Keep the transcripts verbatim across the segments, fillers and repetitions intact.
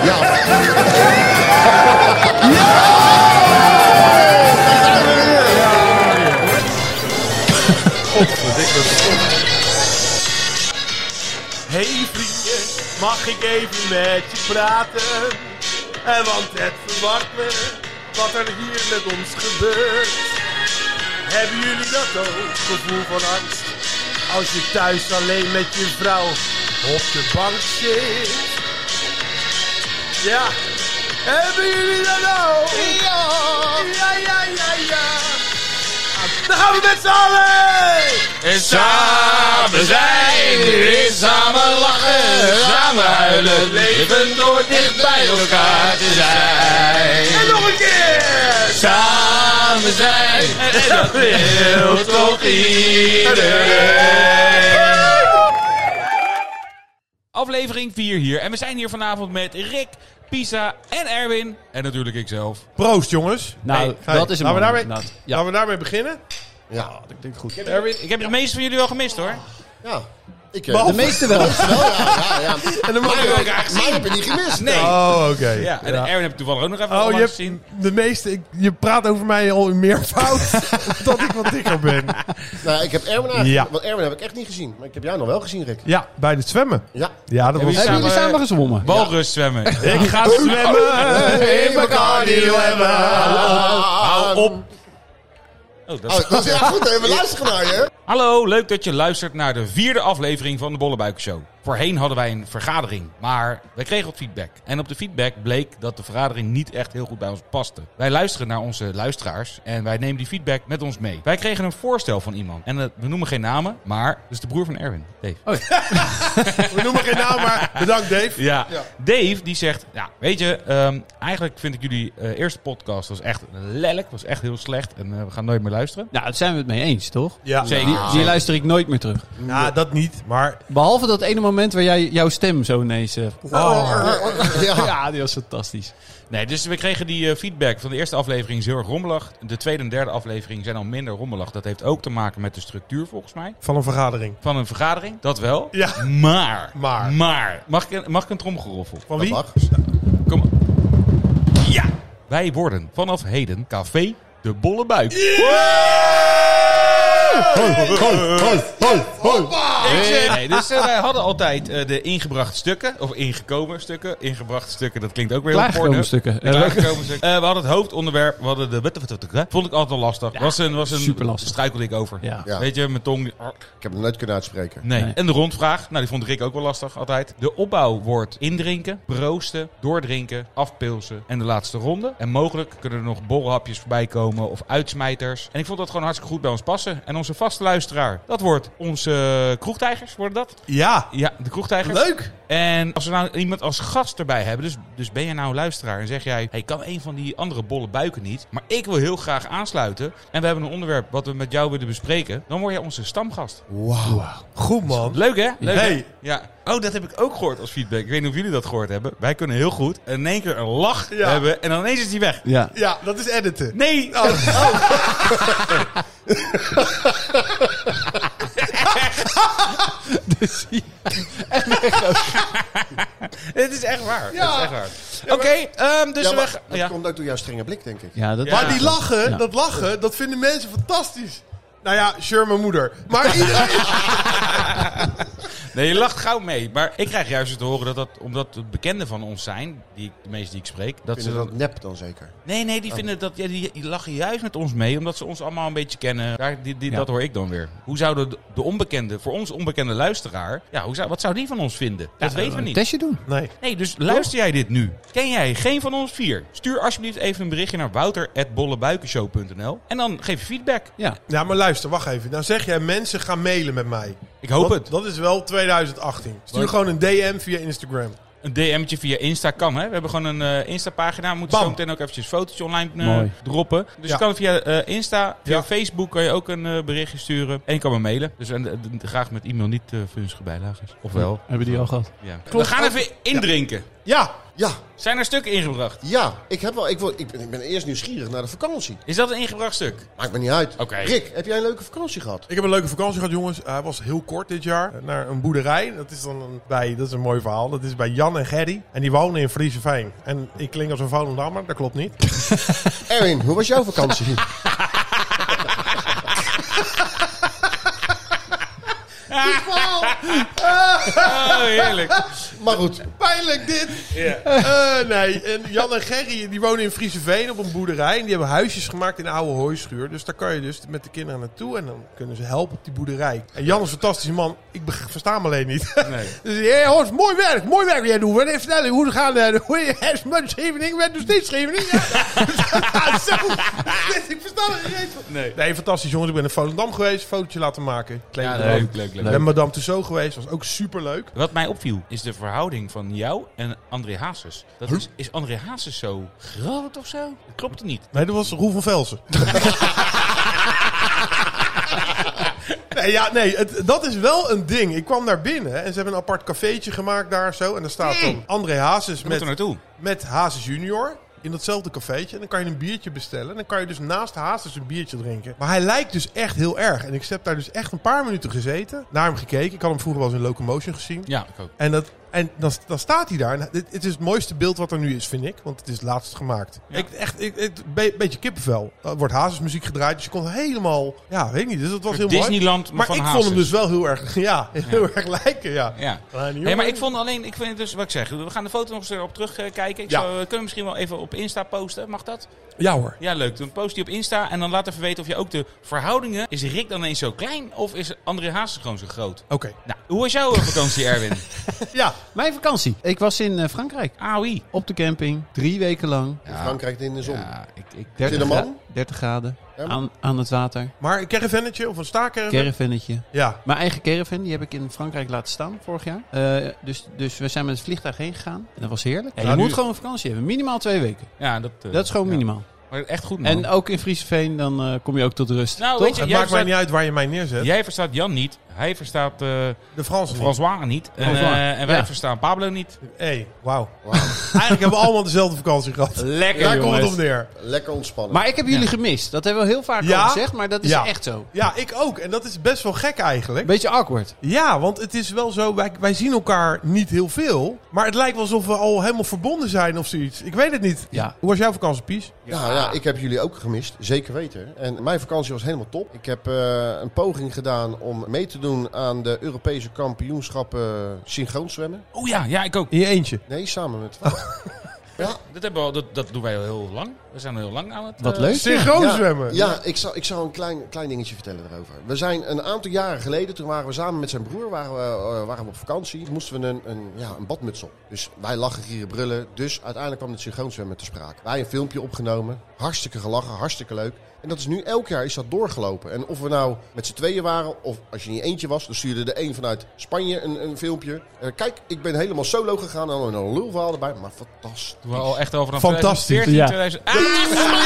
Ja. Hey vriendje, mag ik even met je praten? En want het verwacht me, wat er hier met ons gebeurt. Hebben jullie dat ook, gevoel van angst? Als je thuis alleen met je vrouw op de bank zit. Ja, hebben jullie dat ook? Ja, ja, ja, ja, ja. Dan gaan we met z'n allen! En samen zijn, weer samen lachen, samen huilen, leven door dicht bij elkaar te zijn. En nog een keer! Samen zijn, en dat wil toch iedereen. Aflevering vier hier. En we zijn hier vanavond met Rick, Pisa en Erwin. En natuurlijk ikzelf. Proost jongens. Nou, Hey, dat is een laten we daarmee, dat, ja. laten we daarmee beginnen? Ja. Dat klinkt goed. Erwin, Ik heb de meeste van jullie wel gemist hoor. Ja. Ik, Behalve- De meeste wel. wel, ja, ja, ja. En dan mag Mij je ook heb- eigenlijk mij heb je niet gemist. Nee. Oh, oké. Ja, en Ja. Erwin heb ik toevallig ook nog even Oh, je onlangs hebt gezien. de meeste... Ik, je praat over mij al in meervoud dat ik wat dikker ben. Nou, ik heb Erwin eigenlijk... Ja. Want Erwin heb ik echt niet gezien. Maar ik heb jou nog wel gezien, Rick. Ja, bij het zwemmen. Ja. Ja, dat was... Hebben Hebben jullie Samen- samen gezwommen? Walrus zwemmen. Ik ga zwemmen in Bacardi Lemon. Hou op. Oh, dat is... Oh, dat is echt goed, hè? We luisteren naar je, hè? Hallo, leuk dat je luistert naar de vierde aflevering van de Bollebuiken Show. Voorheen hadden wij een vergadering, maar wij kregen wat feedback. En op de feedback bleek dat de vergadering niet echt heel goed bij ons paste. Wij luisteren naar onze luisteraars en wij nemen die feedback met ons mee. Wij kregen een voorstel van iemand. En uh, we noemen geen namen, maar dat is de broer van Erwin, Dave. Oh, We noemen geen naam, maar bedankt Dave. Ja. Ja. Dave die zegt, ja, weet je, um, eigenlijk vind ik jullie uh, eerste podcast was echt lelijk, was echt heel slecht en uh, we gaan nooit meer luisteren. nou, daar zijn we het mee eens, toch? Ja, Zeker. Die, die luister ik nooit meer terug. Nou, dat niet, maar... Behalve dat ene moment waar jij jouw stem zo ineens... Uh, Ja. ja, die was fantastisch. Nee, dus we kregen die uh, feedback van de eerste aflevering is heel erg rommelig. De tweede en derde aflevering zijn al minder rommelig. Dat heeft ook te maken met de structuur volgens mij. Van een vergadering. Van een vergadering, dat wel. Ja. Maar, Maar. maar mag, ik, een- mag ik een tromgeroffel? Van Dat wie? mag. Kom op. Ja, wij worden vanaf heden Café de Bolle Buik. Hoi, hoi, hoi, hoi, hoi. Nee, dus uh, wij hadden altijd uh, de ingebrachte stukken, of ingekomen stukken. Ingebrachte stukken, dat klinkt ook weer heel Klaargekomen porno. stukken. De klaargekomen stukken. Uh, we hadden het hoofdonderwerp, we hadden de... Vond ik altijd wel lastig. Ja, was een, was een superlastig. struikelde ik over. Ja. Ja. Weet je, mijn tong... Ik heb het nooit kunnen uitspreken. Nee. Nee. En de rondvraag, nou die vond ik ook wel lastig altijd. De opbouw wordt indrinken, proosten, doordrinken, afpilsen en de laatste ronde. En mogelijk kunnen er nog borrelhapjes voorbij komen of uitsmijters. En ik vond dat gewoon hartstikke goed bij ons passen. En onze vaste luisteraar, dat wordt onze uh, kroegtijgers, worden dat? Ja, Ja, de kroegtijgers. leuk. En als we nou iemand als gast erbij hebben, dus, dus ben je nou een luisteraar en zeg jij, hey, kan een van die andere bolle buiken niet, maar ik wil heel graag aansluiten en we hebben een onderwerp wat we met jou willen bespreken, dan word je onze stamgast. Wauw. Goed man. Leuk hè? Leuk, Hey. hè? Ja. Oh, dat heb ik ook gehoord als feedback. Ik weet niet of jullie dat gehoord hebben. Wij kunnen heel goed in één keer een lach Ja. hebben en dan ineens is die weg. Ja. Ja, dat is editen. Nee! Dus, ja. Het is echt waar. Ja. Het is echt waar. Oké, ehm, dus Ja, we... maar dat Ja. komt ook door jouw strenge blik, denk ik. Ja, dat Ja. Maar die lachen, Ja. dat lachen, dat vinden mensen fantastisch. Nou ja, sure, mijn moeder. Maar iedereen... Nee, je lacht gauw mee. Maar ik krijg juist te horen dat dat, omdat het bekenden van ons zijn, die, de meeste die ik spreek, dat Vinden ze dat nep dan zeker? Nee, nee, die vinden dat ja, die, die lachen juist met ons mee, omdat ze ons allemaal een beetje kennen. Daar, die, die, Ja. Dat hoor ik dan weer. Hoe zouden de, de onbekende, voor ons onbekende luisteraar, ja, hoe zou, wat zou die van ons vinden? Dat weten we Een niet. testje doen. Nee. Nee, dus luister jij dit nu? Ken jij geen van ons vier? Stuur alsjeblieft even een berichtje naar wouter at bollebuikenshow punt n l en dan geef je feedback. Ja. Ja, maar luister, wacht even. Nou zeg jij, mensen gaan mailen met mij. Ik hoop dat, het. Dat is wel twintig achttien. Stuur Wat? gewoon een D M via Instagram. Een D M'tje via Insta kan, hè? We hebben gewoon een uh, Insta-pagina. We moeten Bam. zo meteen ook eventjes foto's online uh, Mooi. droppen. Dus Ja. je kan via uh, Insta, via Ja. Facebook kan je ook een uh, berichtje sturen. En je kan me mailen. Dus en, uh, graag met e-mail niet uh, funzige bijlagen. Ofwel. Hebben die al gehad? Ja. Klopt. We gaan even indrinken. Ja. Ja, Zijn er stukken ingebracht? ja. Ik, heb wel, ik, wil, ik, ben, ik ben eerst nieuwsgierig naar de vakantie. Is dat een ingebracht stuk? Maakt me niet uit. Oké. Rick, heb jij een leuke vakantie gehad? Ik heb een leuke vakantie gehad, jongens. Hij was heel kort dit jaar. Naar een boerderij. Dat is dan een, bij, dat is een mooi verhaal. Dat is bij Jan en Gerry. En die wonen in Frieseveen. En ik klink als een Volendammer. Dat klopt niet. Erwin, hoe was jouw vakantie? Oh, heerlijk. Maar goed, Pijnlijk dit. Ja. Eh, nee, en Jan en Gerry die wonen in Frieseveen op een boerderij. En die hebben huisjes gemaakt in een oude hooischuur. Dus daar kan je dus met de kinderen naartoe. En dan kunnen ze helpen op die boerderij. En Jan is een fantastische man. Ik beg- versta hem alleen niet. Nee. Dus hey, Horst, mooi werk. Mooi werk wat jij doet. Wat even vertellen hoe het gaat. uh, Hoe je hersenmunt Scheveningen. Werd dus niet Scheveningen. Ja, zo. Ik versta er niet eens van. Nee. Nee, fantastisch jongens. Ik ben in Volendam geweest. Fotootje laten maken. Kleed Ja, me leuk, dan. leuk, leuk. Ik ben Madame Tussauds geweest. Was ook super leuk. Wat mij opviel is de verhouding van jou en André Hazes. Dat is, is André Hazes zo groot of zo? Dat klopt niet. Nee, dat was Roel van Velsen. nee, ja, nee het, dat is wel een ding. Ik kwam daar binnen en ze hebben een apart cafeetje gemaakt daar zo. En daar staat dan André Hazes Met, met, er naartoe. met Hazes junior in datzelfde cafeetje. En dan kan je een biertje bestellen. En dan kan je dus naast Hazes een biertje drinken. Maar hij lijkt dus echt heel erg. En ik heb daar dus echt een paar minuten gezeten. Naar hem gekeken. Ik had hem vroeger wel eens in Locomotion gezien. Ja, ik ook. En, dat, en dan, dan staat hij daar. En dit, het is het mooiste beeld wat er nu is, vind ik. Want het is het laatst gemaakt. Ja. Ik, echt, ik, een be, beetje kippenvel. Er wordt Hazes muziek gedraaid. Dus je kon helemaal... Ja, weet ik niet. Dus dat was heel mooi. Disneyland, maar, Maar van ik Hazes. vond hem dus wel heel erg... Ja, heel erg lijken, ja. Ja. Kleine Nee, maar jongen. ik vond alleen, ik vind het dus, wat ik zeg, we gaan de foto nog eens erop terugkijken. Ik Ja. zou, we kunnen misschien wel even op Insta posten, mag dat? Ja hoor. Ja, leuk. Dan post die op Insta en dan laat even weten of je ook de verhoudingen... Is Rick dan eens zo klein of is André Hazes gewoon zo groot? Oké. Nou, hoe was jouw vakantie, Erwin? Ja. Mijn vakantie. Ik was in eh, Frankrijk. Ah, oui. Op de camping. Drie weken lang. in Frankrijk in de zon. Ja, ik, ik, dertig, Zin er, gra- man? dertig graden. Ja, man. Aan, aan het water. Maar een caravannetje of een staakcaravan? Caravannetje. Ja. Mijn eigen caravan, die heb ik in Frankrijk laten staan vorig jaar. Eh, dus, dus we zijn met het vliegtuig heen gegaan. En dat was heerlijk. Ja, je Ja, nu- moet gewoon een vakantie hebben. Minimaal twee weken. ja, dat, eh, Dat is gewoon ja. minimaal. Maar echt goed, man. En ook in Frieseveen, dan eh, kom je ook tot rust. Nou, Toch? weet je, Het jij maakt mij verstaat, niet uit waar je mij neerzet. jij verstaat Jan niet. Hij verstaat eh De Fransen niet. François niet. En, François. eh, en wij Ja. verstaan Pablo niet. Hé, hey, wauw. Wauw. Eigenlijk hebben we allemaal dezelfde vakantie gehad. Lekker, Daar komt het jongens. op neer. Lekker ontspannen. Maar ik heb jullie Ja. gemist. Dat hebben we heel vaak Ja. al gezegd, maar dat is Ja. echt zo. Ja, ik ook. En dat is best wel gek eigenlijk. Beetje awkward. Ja, want het is wel zo, wij, wij zien elkaar niet heel veel. Maar het lijkt wel alsof we al helemaal verbonden zijn of zoiets. Ik weet het niet. Ja. Hoe was jouw vakantie, Pies? Ja, ja, ik heb jullie ook gemist. Zeker weten. En mijn vakantie was helemaal top. Ik heb eh, een poging gedaan om mee te doen aan de Europese kampioenschappen synchroonzwemmen. Oh ja, ja, ik ook. In je eentje. Nee, samen met... Ja, Dat, hebben we al, dat, dat doen wij al heel lang. We zijn al heel lang aan het... Wat eh, leuk. Synchroon ja, zwemmen. ja, ik zal, ik zal een klein, klein dingetje vertellen daarover. We zijn een aantal jaren geleden, toen waren we samen met zijn broer waren we, eh, waren we op vakantie. Toen moesten we een, een, ja, een badmuts op. Dus wij lachen, gieren, brullen. Dus uiteindelijk kwam het synchroonzwemmen te sprake. Wij een filmpje opgenomen. Hartstikke gelachen, hartstikke leuk. En dat is nu elk jaar is dat doorgelopen. En of we nou met z'n tweeën waren, of als je niet eentje was, dan stuurde de een vanuit Spanje een, een filmpje. Uh, kijk, ik ben helemaal solo gegaan en dan een lulverhaal erbij. Maar fantastisch. Doen we al echt over een Fantastisch, tweeduizend veertien, ja.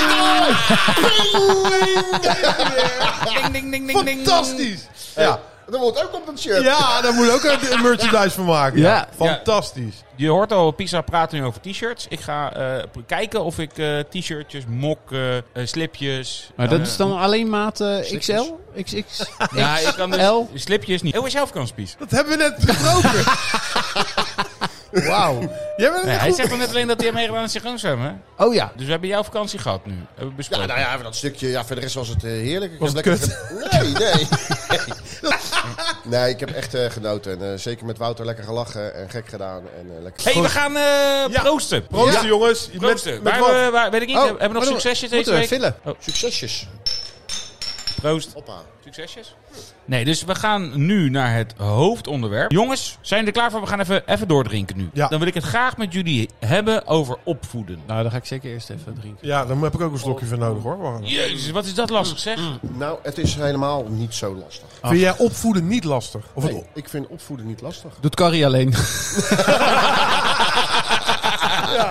tweeduizend... Ah! Ding, ding, ding, ding, ding. Fantastisch. Ja, dat wordt ook op het shirt. Ja, daar moet je ook een een merchandise van maken. Ja. Ja. Fantastisch. Je hoort al, Pisa praat nu over t-shirts. Ik ga eh, kijken of ik eh, t-shirt's, mokken, eh, slipjes... Maar dat eh, is dan alleen maat eh, X Slipjes. L? X X? Ja, ik kan dus L? slipjes niet. Hoe was jouw vakantie, Pies? Dat hebben we net besproken. Wauw. Jij bent Nee, echt hij goed. zegt dan net alleen dat hij heeft meegedaan aan synchroonzwemmen. Oh ja. Dus we hebben jouw vakantie gehad nu. Hebben we besproken. Ja, nou ja, even dat stukje. Ja, voor de rest was het eh, heerlijk. Ik Was heb het lekker ge- Nee, nee. Nee, ik heb echt eh, genoten. En eh, zeker met Wouter lekker gelachen en gek gedaan. En, eh, lekker... hey, we gaan eh Ja. proosten. Proosten, Ja. jongens. Proosten. Met, met Waar wat? hebben we- waar- weet ik niet. Oh, hebben we nog maar dan succesjes moeten deze we week? vullen. Succesjes. Proost. Hoppa. Succesjes? Nee, dus we gaan nu naar het hoofdonderwerp. Jongens, zijn jullie er klaar voor? We gaan even, even doordrinken nu. Ja. Dan wil ik het graag met jullie hebben over opvoeden. Nou, dan ga ik zeker eerst even drinken. Ja, daar heb ik ook een slokje voor nodig hoor. Wacht. Jezus, wat is dat lastig zeg. Nou, het is helemaal niet zo lastig. Vind jij opvoeden niet lastig? Of het Nee, ik vind opvoeden niet lastig. Doet Carrie alleen.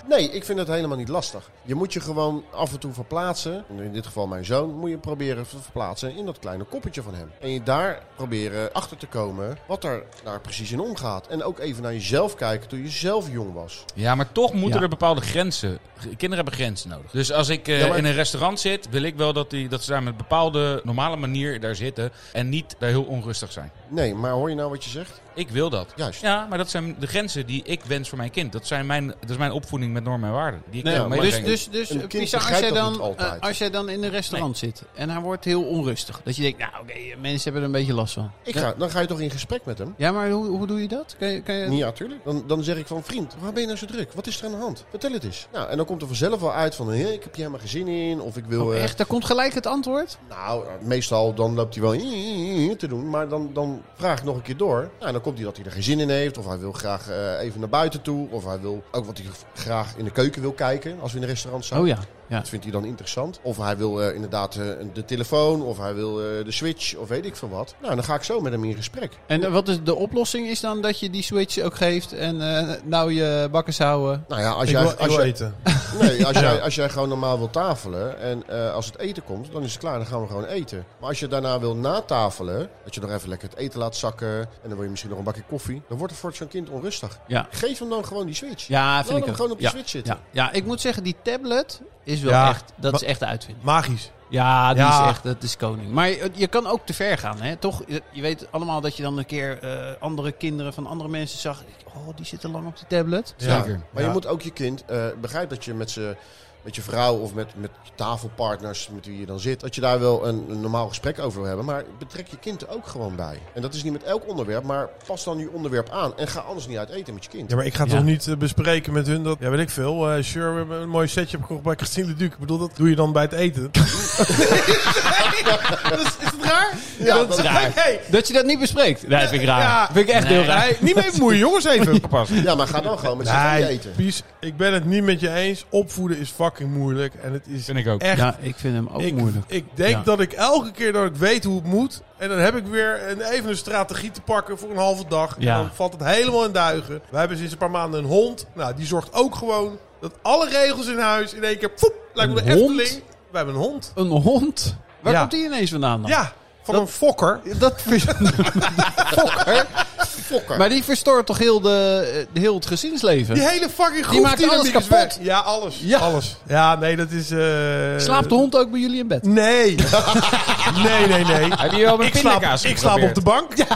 Nee, ik vind het helemaal niet lastig. Je moet je gewoon af en toe verplaatsen. In dit geval mijn zoon. Moet je proberen te verplaatsen in dat kleine koppetje van hem. En je daar proberen achter te komen wat er daar precies in omgaat. En ook even naar jezelf kijken toen je zelf jong was. Ja, maar toch moeten Ja. er bepaalde grenzen. Kinderen hebben grenzen nodig. Dus als ik uh, Ja, maar- in een restaurant zit, wil ik wel dat, die, dat ze daar met een bepaalde normale manier daar zitten. En niet daar heel onrustig zijn. Nee, maar hoor je nou wat je zegt? Ik wil dat. Juist. Ja, maar dat zijn de grenzen die ik wens voor mijn kind. Dat, zijn mijn, dat is mijn opvoeding met normen en waarden. Die ik Nee, wil ja, maar dus, meebrengen. dus, dus Een kind Pisa, als begrijpt jij, dat dan, niet altijd. eh, als jij dan in een restaurant zit en hij wordt heel onrustig. Dat je denkt, nou oké, mensen hebben er een beetje last van. Ik ga, dan ga je toch in gesprek met hem? Ja, maar hoe, hoe doe je dat? Kan je, kan je... Ja, tuurlijk. Dan, dan zeg ik van, vriend, waar ben je nou zo druk? Wat is er aan de hand? Vertel het eens. Nou, en dan komt er vanzelf wel uit van, hé, ik heb hier helemaal geen zin in. Of ik wil... Oh, eh, echt? Daar komt gelijk het antwoord? Nou, meestal dan loopt hij wel te doen. Maar dan, dan vraag ik nog een keer door. Nou, en dan komt hij dat hij er geen zin in heeft. Of hij wil graag eh, even naar buiten toe. Of hij wil ook wat hij graag in de keuken wil kijken. Als we in een restaurant zijn. Oh ja. ja. Dat vindt hij dan interessant. Of hij wil uh, inderdaad uh, de telefoon. Of hij wil uh, de switch. Of weet ik veel wat. Nou, dan ga ik zo met hem in gesprek. En uh, wat is de oplossing is dan dat je die switch ook geeft en uh, nou je bakkers houden? Nou ja, als Ik jij... wil, ik als wil jij eten. Nee, als, Ja. jij, als jij gewoon normaal wil tafelen en uh, als het eten komt, dan is het klaar, dan gaan we gewoon eten. Maar als je daarna wil natafelen, dat je nog even lekker het eten laat zakken en dan wil je misschien nog een bakje koffie, dan wordt het voor zo'n kind onrustig. Ja. Geef hem dan gewoon die switch. Ja, Laat vind ik hem ook. gewoon op die ja. switch zitten. Ja. ja, ik moet zeggen, die tablet is wel Ja, echt, dat maar- is echt de uitvinding. Magisch. Ja, die Ja. is echt, dat is koning. Maar je, je kan ook te ver gaan, hè? Toch? Je, je weet allemaal dat je dan een keer uh, andere kinderen van andere mensen zag. Oh, die zitten lang op die tablet. Ja, Zeker. maar Ja. je moet ook je kind, uh, begrijp dat je met, z'n, met je vrouw of met, met je tafelpartners met wie je dan zit, dat je daar wel een, een normaal gesprek over wil hebben. Maar betrek je kind er ook gewoon bij. En dat is niet met elk onderwerp, maar pas dan je onderwerp aan. En ga anders niet uit eten met je kind. Ja, maar ik ga Ja. toch niet uh, bespreken met hun dat... Ja, weet ik veel. Uh, sure, we hebben een mooi setje gekocht bij Christine Leduc. Ik bedoel, dat doe je dan bij het eten. is, is het raar? Ja, dat is dat- raar. Hey. Dat je dat niet bespreekt. Nee, vind ik raar. Ja. Vind ik echt heel raar. Nee, niet mee bemoeien, jongens, even. Ja, maar ga dan gewoon met z'n tweeën Nee, eten. Pies, ik ben het niet met je eens. Opvoeden is fucking moeilijk. En het is Vind ik ook. echt... Ja, ik vind hem ook ik, moeilijk. ik denk Ja. dat ik elke keer dat ik weet hoe het moet... En dan heb ik weer een, even een strategie te pakken voor een halve dag. Ja. En dan valt het helemaal in duigen. We hebben sinds een paar maanden een hond. Nou, die zorgt ook gewoon dat alle regels in huis in één keer... Poep, lijkt me Een de hond? Efteling. We hebben een hond. Een hond? Waar Ja. komt die ineens vandaan dan? Ja, van Dat- een fokker. Dat vers- Fokker. Fokker. Maar die verstoort toch heel, de, de, heel het gezinsleven? Die hele fucking groep Die maakt alles dynamiek is kapot. weg. Ja, alles. Ja. Alles. Ja, nee, dat is... eh Slaapt de hond ook bij jullie in bed? Nee. nee, nee, nee. Heb je wel met Ik slaap, pindakaas ik slaap op de geprobeerd? bank.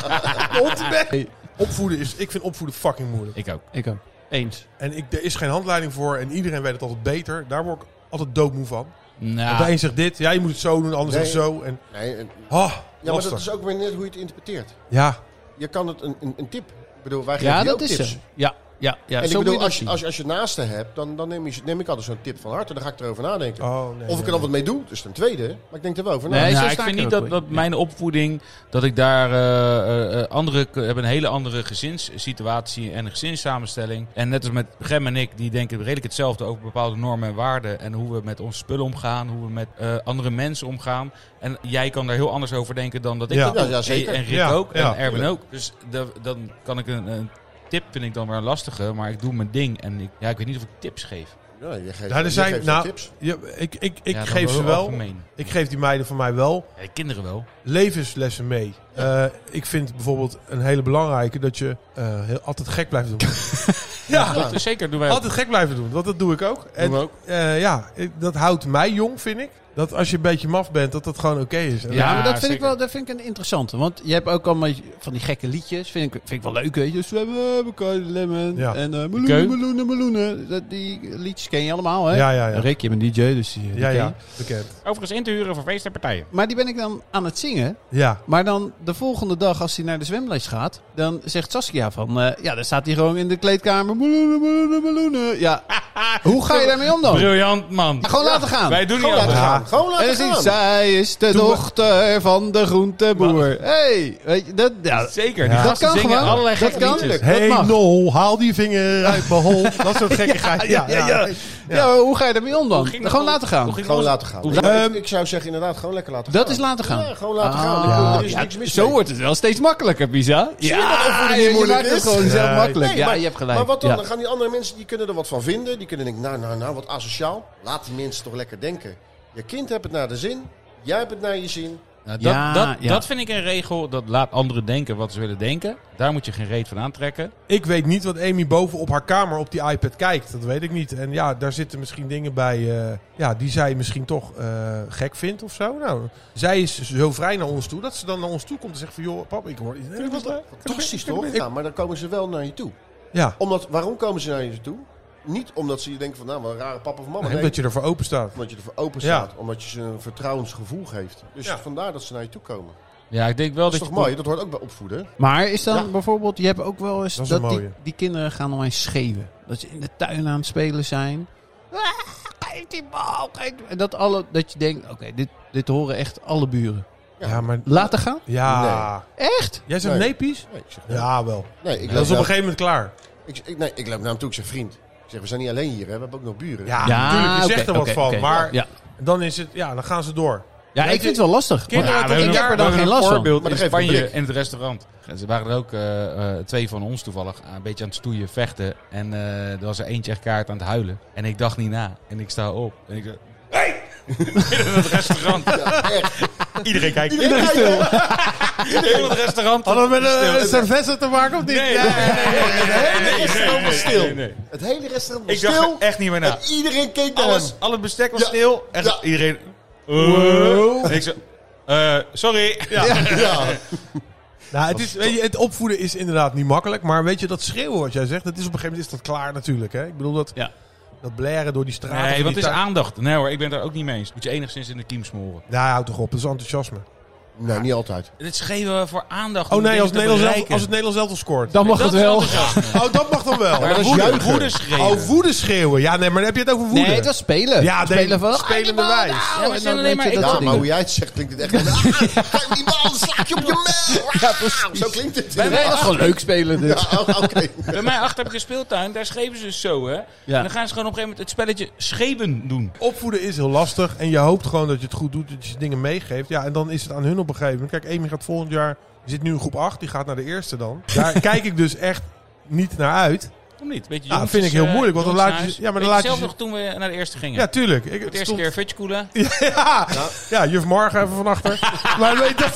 De hond in bed. Opvoeden is... Ik vind opvoeden fucking moeilijk. Ik ook. Ik ook. Eens. En ik, er is geen handleiding voor en iedereen weet het altijd beter. Daar word ik altijd doodmoe van. Nou, Want de een zegt dit, ja, je moet het zo doen, de ander Nee. zegt zo. En, Nee, en- oh, ja, maar lastig. dat is ook weer net hoe je het interpreteert. Ja, Je kan het een, een, een tip. Ik bedoel, wij geven Ja, je dat ook is tips. zo. Ja, ja, ja. En ik zo moet bedoel, je dat als je, zien. als, je, als je naaste hebt, dan, dan neem, je, neem ik altijd zo'n tip van harte. Dan ga ik erover nadenken. oh nee. of ik nee, er dan wat mee doe, dus ten tweede. Maar ik denk er wel over na. Nee, nou, zo ik sta vind ik niet er dat, ook dat in. mijn opvoeding, dat ik daar uh, uh, andere, ik heb een hele andere gezinssituatie en gezinssamenstelling. En net als met Gem en ik, die denken redelijk hetzelfde over bepaalde normen en waarden. En hoe we met onze spullen omgaan, hoe we met uh, andere mensen omgaan. En jij kan daar heel anders over denken dan dat ik Ja. dat doe. Ja, ja, zeker. En Rick Ja, ook, ja. en Erwin ook. Dus de, dan kan ik een, een tip, vind ik dan weer een lastige, maar ik doe mijn ding. En ik, ja, ik weet niet of ik tips geef. Ja, je geeft, Ja, er je zijn, geeft nou, tips. ja, ik, ik, ik Ja, dan geef ze heel wel. algemeen. Ik geef die meiden van mij wel Ja, de kinderen wel. levenslessen mee. Uh, ik vind bijvoorbeeld een hele belangrijke dat je uh, heel, altijd gek blijft doen. Ja, dat is zeker. Doen wij ook. Altijd gek blijven doen, want dat doe ik ook. En Doen we ook. uh, ja, ik- dat houdt mij jong, vind ik. Dat als je een beetje maf bent, dat dat gewoon oké is. En Ja, Ja, maar dat vind, ik zeker. wel, dat vind ik een interessante. Want je hebt ook allemaal van die gekke liedjes. Vind ik, vind ik wel leuk, weet je. Zwemmen, Bacardi Lemon. Ja. En uh, Keu. meloenen, meloenen, meloenen. Dat, die liedjes ken je allemaal, hè? Ja, ja, ja. Rick, je bent D J, dus die, die Ja, ken je. ja, bekend. Overigens in te huren voor feesten en partijen. Maar die ben ik dan aan het zingen. Ja. Maar dan de volgende dag, als hij naar de zwemles gaat, dan zegt Saskia van... Uh, ja, dan staat hij gewoon in de kleedkamer. Meloenen, meloenen, meloenen. Ja, hoe ga je daarmee om dan? Briljant, man. Gewoon laten gaan. Wij doen niet Gewoon laten anders. gaan. Gewoon En laten dan zie je, gaan. zij is de Toen we- dochter van de groenteboer. Hey, weet je, dat, ja, Zeker, Ja. die Dat gasten kan zingen gewoon. allerlei Dat gekke kan. liedjes. Dat Hey mag. Nol, haal die vinger uit mijn hol. Dat soort gekkigheid. Ja, ja, ja. ja, maar hoe ga je daarmee om dan? Hoe ging dat Gewoon dan? laten gaan. Hoe ging Gewoon dat? laten gaan. Hoe- Ik, Ehm, ik zou zeggen inderdaad, gewoon lekker laten Dat gaan. is laten gaan. Ja, gewoon laten Ah, gaan. ja. Er is Ja, niks mis zo mee. wordt het wel steeds makkelijker, Pisa. Zie je dat opvoeding je, niet je moeilijk maakt het is? gewoon zelf Nee. makkelijk. Nee, ja, maar, je hebt gelijk. Maar wat dan? Ja. Dan gaan die andere mensen, die kunnen er wat van vinden. Die Die kunnen denken, nou, nou, nou, wat asociaal. Laat die mensen toch lekker denken. Je kind hebt het naar de zin. Jij hebt het naar je zin. Nou, dat, Ja, dat, ja. dat vind ik een regel. Dat laat anderen denken wat ze willen denken. Daar moet je geen reet van aantrekken. Ik weet niet wat Amy boven op haar kamer op die iPad kijkt. Dat weet ik niet. En ja, daar zitten misschien dingen bij uh, ja, die zij misschien toch uh, gek vindt of zo. Nou, zij is zo vrij naar ons toe dat ze dan naar ons toe komt en zegt van... joh, pap, ik hoor... Vind je dat fantastisch, toch? Ja, maar dan komen ze wel naar je toe. Ja, Omdat, waarom komen ze naar je toe? Niet omdat ze je denken van, nou, wat een rare papa of mama. nee, Nee, dat je ervoor open staat. omdat je ervoor open Ja. staat. Omdat je ze een vertrouwensgevoel geeft. Dus Ja. vandaar dat ze naar je toe komen. Ja, ik denk wel Dat dat, is toch je... mooi? Dat hoort ook bij opvoeden. Maar is dan Ja. bijvoorbeeld, je hebt ook wel eens Dat dat, is een die, mooie. die kinderen gaan dan eens schreeuwen. Dat ze in de tuin aan het spelen zijn. Ah, geef die bal, geef die- En dat, alle, dat je denkt, oké, dit, dit horen echt alle buren. Ja. Ja, maar... Laten gaan? Ja. Echt? Jij zegt Nee. nee, Pies? Nee, ik zeg, nee. Ja, wel. Nee, ik Dat loop is op een nou- gegeven moment klaar. ik, ik, nee, ik loop naar hem toe. Ik zeg, vriend. Ik zeg, we zijn niet alleen hier, hè. We hebben ook nog buren. Ja, Ja, natuurlijk. Je oké, zegt er wat oké, van. oké. Maar Ja, dan is het... Ja, dan gaan ze door. ja Weet ik je- vind het wel lastig. Kinderen Want Ja, we ik hebben heb een- er dan we geen hebben last een van. voorbeeld Maar in dan geef ik een Spanje blik. in het restaurant. Ze waren er ook uh, uh, twee van ons toevallig een beetje aan het stoeien, vechten. En uh, er was er eentje echt kaart aan het huilen. En ik dacht niet na. En ik sta op. En ik dacht, hey! In het restaurant. Ja, echt. Iedereen kijkt. Iedereen stil. Heel het restaurant. Hadden we met Stil. een cerveza te maken of niet? Nee, Ja. nee, nee, nee, nee, Het hele nee, nee, restaurant nee, was stil. nee, nee. Het hele restaurant was Ik dacht stil. er echt niet meer na. En iedereen keek naar Alles, hem. al het bestek was Ja. stil. Echt Ja. iedereen... Wow. En ik zo... eh, sorry. Ja. Ja. Nou, het, is, weet je, het opvoeden is inderdaad niet makkelijk. Maar weet je, dat schreeuwen wat jij zegt, dat is op een gegeven moment is dat klaar natuurlijk. Hè? Ik bedoel, dat, Ja. dat blaren door die straten. Nee, van wat die is tuin- aandacht? Nee hoor, ik ben het daar ook niet mee eens. Moet je enigszins in de kiem smoren. Nou, houd toch op. Dat is enthousiasme. Nee, niet altijd. Dit schreeuwen voor aandacht. Oh om nee, dingen als het te Nederlands zelf, bereiken. als het Nederlands zelf scoort. Dan mag Dat het is wel. enthousiasme. Oh, dat mag dan wel. Maar dat is woede, juichen. woede schreeuwen. Oh, woede schreeuwen. Ja, nee, maar dan heb je het over woede. Nee, dat is spelen. Ja, nee, spelen van... spelende wijs. Ja, maar en het zijn dan alleen weet maar- je ik- dat Ja, soort maar dingen. hoe jij het zegt klinkt het echt... Ah, kijk die bal, dan sla ik je op je mel. Ja, precies. Zo klinkt het. Bij mij Nee, dat is gewoon leuk spelen. Dus. Ja, oh, oké. Bij mij achter heb ik een speeltuin, daar schreven ze dus zo, hè. Ja. En dan gaan ze gewoon op een gegeven moment het spelletje schreeuwen doen. Opvoeden is heel lastig. En je hoopt gewoon dat je het goed doet. Dat je dingen meegeeft. Ja, en dan is het aan hun op een gegeven moment. Kijk, Amy gaat volgend jaar... Die zit nu in groep acht. Die gaat naar de eerste dan. Daar kijk ik dus echt niet naar uit. Of niet? Beetje Ja, dat jongetjes, vind ik heel eh, moeilijk, want dan jongens laat je naar ze- huis. ja, maar dan Weet laat je zelf ze- nog toen we naar de eerste gingen. Ja, tuurlijk. Ik, Voor het eerste stond- keer fitje koelen. Ja, ja, juf Marga even van achter. Maar weet dat...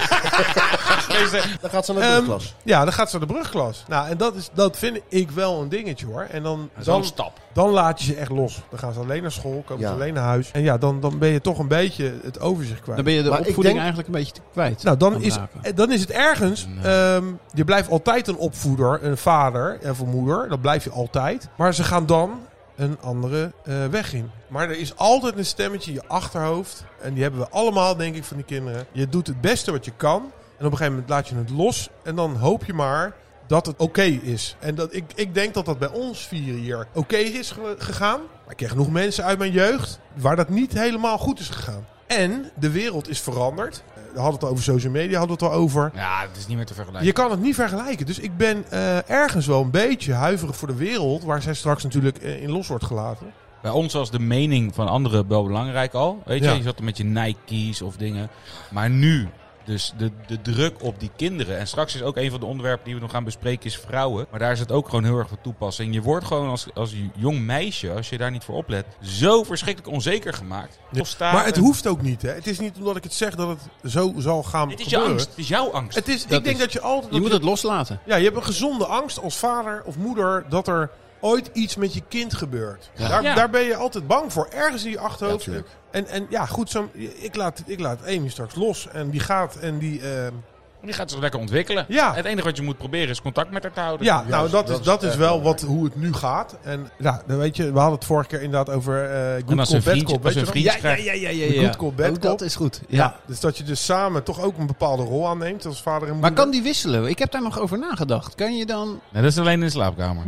Dan gaat ze naar de Ehm, klas. Ja, dan gaat ze naar de brugklas. Nou, en dat, is, dat vind ik wel een dingetje hoor. En dan, Zo'n dan, stap. dan laat je ze echt los. Dan gaan ze alleen naar school, komen Ja. ze alleen naar huis. En ja, dan, dan ben je toch een beetje het overzicht kwijt. Dan ben je de Maar ik opvoeding denk- eigenlijk een beetje te kwijt. Nou, dan Aan is, zaken. eh, dan is het ergens. Nee. ehm, je blijft altijd een opvoeder, een vader en een moeder. Dat blijf je altijd. Maar ze gaan dan een andere eh, weg in. Maar er is altijd een stemmetje in je achterhoofd. En die hebben we allemaal, denk ik, van die kinderen. Je doet het beste wat je kan. En op een gegeven moment laat je het los. En dan hoop je maar dat het oké is. En dat, ik, ik denk dat dat bij ons vieren hier oké is ge- gegaan. Maar ik ken genoeg mensen uit mijn jeugd waar dat niet helemaal goed is gegaan. En de wereld is veranderd. Eh, We hadden het over social media, hadden we het al over. Ja, het is niet meer te vergelijken. Je kan het niet vergelijken. Dus ik ben eh, ergens wel een beetje huiverig voor de wereld... waar zij straks natuurlijk eh, in los wordt gelaten. Bij ons was de mening van anderen wel belangrijk al. Weet je, Ja. je zat er met je Nike's of dingen. Maar nu, dus de, de druk op die kinderen. En straks is ook een van de onderwerpen die we nog gaan bespreken is vrouwen. Maar daar is het ook gewoon heel erg voor toepassing. Je wordt gewoon als, als jong meisje, als je daar niet voor oplet, zo verschrikkelijk onzeker gemaakt. Ja. Of staat Maar het en- hoeft ook niet. Hè. Het is niet omdat ik het zeg dat het zo zal gaan Dit is je gebeuren. angst. Het is jouw angst. Het is, Dat ik denk is- dat je altijd... Je dat moet het loslaten. Ja, je hebt een gezonde angst als vader of moeder... dat er ooit iets met je kind gebeurt. Ja. Daar, Ja. daar ben je altijd bang voor. Ergens in je Ja, achterhoofd. tuurlijk. en, en ja, goed, zo, ik, laat, ik laat Amy straks los. En die gaat en die... eh, Die gaat zich lekker ontwikkelen. Ja. Het enige wat je moet proberen is contact met haar te houden. Ja, nou dat, dat is, is dat is echt wel belangrijk. wat, hoe het nu gaat. En ja, dan weet je, we hadden het vorige keer inderdaad over uh, good En als cop, een bad vriendje, cop. als Weet een je nog? vriendje krijgt. ja, ja, De good cop, bad Ook cop. dat is goed. Ja. Ja, dus dat je dus samen toch ook een bepaalde rol aanneemt als vader en moeder. Maar kan die wisselen? Ik heb daar nog over nagedacht. Kan je dan... Nee, dat is alleen in de slaapkamer.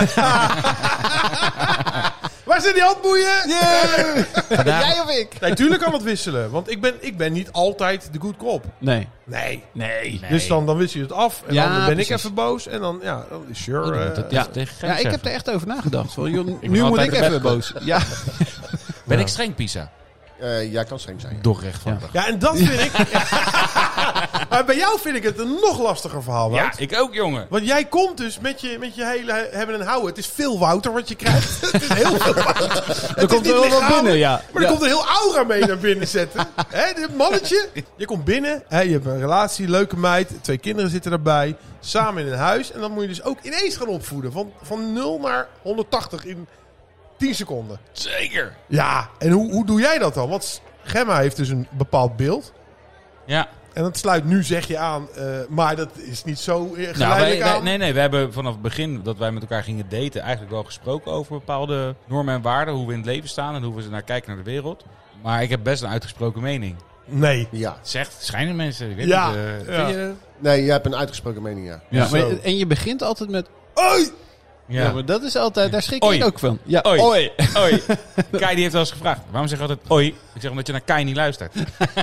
Waar zijn die handboeien? Jij of ik? Nee, tuurlijk kan het wisselen. Want ik ben, ik ben niet altijd de good cop. Nee. Nee. Nee. Dus dan, dan wissel je het af. En Ja, dan ben ik precies. even boos. En dan, ja, dan is sure. Oh, dan eh, moet het Ja. tegen Gijs Ja, ik heb zeggen. er echt over nagedacht. Van, joh, ben nu moet altijd ik de even bad boos. Ja. Ben Ja. ik streng, Pisa? Uh, jij kan streng zijn. Ja. Doch rechtvaardig. Ja, en dat vind ik... Maar bij jou vind ik het een nog lastiger verhaal, Wout. Ja, ik ook, jongen. Want jij komt dus met je, met je hele hebben en houden. Het is veel Wouter wat je krijgt. Het is heel veel Wouter. Er komt er wel wat binnen, ja. Maar er ja. komt een heel aura mee naar binnen zetten. Hè, dit mannetje. Je komt binnen. Hè, je hebt een relatie, leuke meid. Twee kinderen zitten erbij. Samen in een huis. En dan moet je dus ook ineens gaan opvoeden. Van, van nul naar honderdtachtig in tien seconden. Zeker. Ja, en hoe, hoe doe jij dat dan? Want Gemma heeft dus een bepaald beeld. Ja. En dat sluit nu, zeg je, aan. Uh, maar dat is niet zo geleidelijk Nou, wij, wij, aan. nee, nee. We hebben vanaf het begin dat wij met elkaar gingen daten eigenlijk wel gesproken over bepaalde normen en waarden. Hoe we in het leven staan en hoe we naar kijken naar de wereld. Maar ik heb best een uitgesproken mening. Nee. Ja. Zegt, schijnen mensen. Ik weet Ja. niet, uh, Ja. vind je- Nee, jij hebt een uitgesproken mening, ja. Ja, maar, Zo. en je begint altijd met... Oi! Ja, Ja. maar dat is altijd... Daar schrik Oi. ik ook van. Ja, Oi. oi. Oi. Kai die heeft wel eens gevraagd. Waarom zeg je altijd oi? Ik zeg omdat je naar Kai niet luistert.